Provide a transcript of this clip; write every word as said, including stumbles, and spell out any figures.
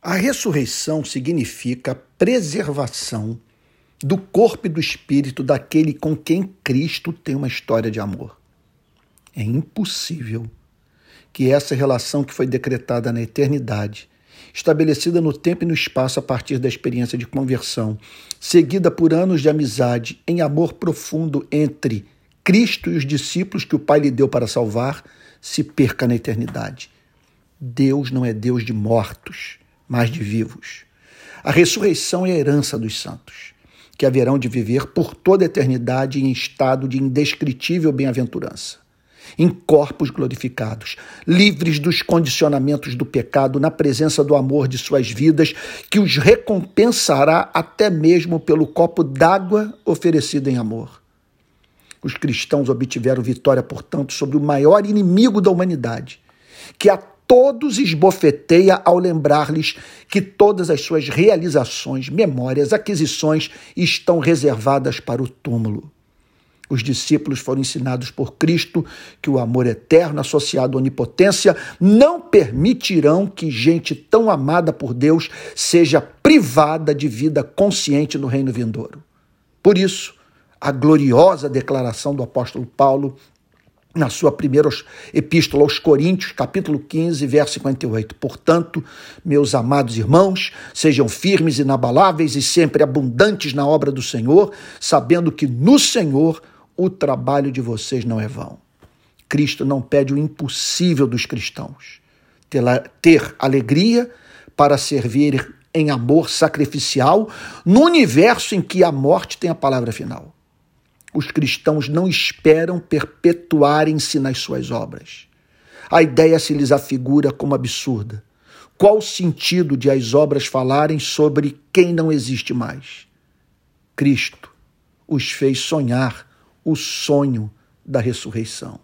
A ressurreição significa a preservação do corpo e do espírito daquele com quem Cristo tem uma história de amor. É impossível que essa relação que foi decretada na eternidade, estabelecida no tempo e no espaço a partir da experiência de conversão, seguida por anos de amizade em amor profundo entre Cristo e os discípulos que o Pai lhe deu para salvar, se perca na eternidade. Deus não é Deus de mortos, mas de vivos. A ressurreição é a herança dos santos, que haverão de viver por toda a eternidade em estado de indescritível bem-aventurança, em corpos glorificados, livres dos condicionamentos do pecado, na presença do amor de suas vidas, que os recompensará até mesmo pelo copo d'água oferecido em amor. Os cristãos obtiveram vitória, portanto, sobre o maior inimigo da humanidade, que a todos esbofeteia ao lembrar-lhes que todas as suas realizações, memórias, aquisições estão reservadas para o túmulo. Os discípulos foram ensinados por Cristo que o amor eterno associado à onipotência não permitirão que gente tão amada por Deus seja privada de vida consciente no reino vindouro. Por isso, a gloriosa declaração do apóstolo Paulo na sua primeira epístola aos Coríntios, capítulo quinze, verso cinquenta e oito. Portanto, meus amados irmãos, sejam firmes e inabaláveis e sempre abundantes na obra do Senhor, sabendo que no Senhor o trabalho de vocês não é vão. Cristo não pede o impossível dos cristãos. Ter, ter alegria para servir em amor sacrificial no universo em que a morte tem a palavra final. Os cristãos não esperam perpetuarem-se nas suas obras. A ideia se lhes afigura como absurda. Qual o sentido de as obras falarem sobre quem não existe mais? Cristo os fez sonhar o sonho da ressurreição.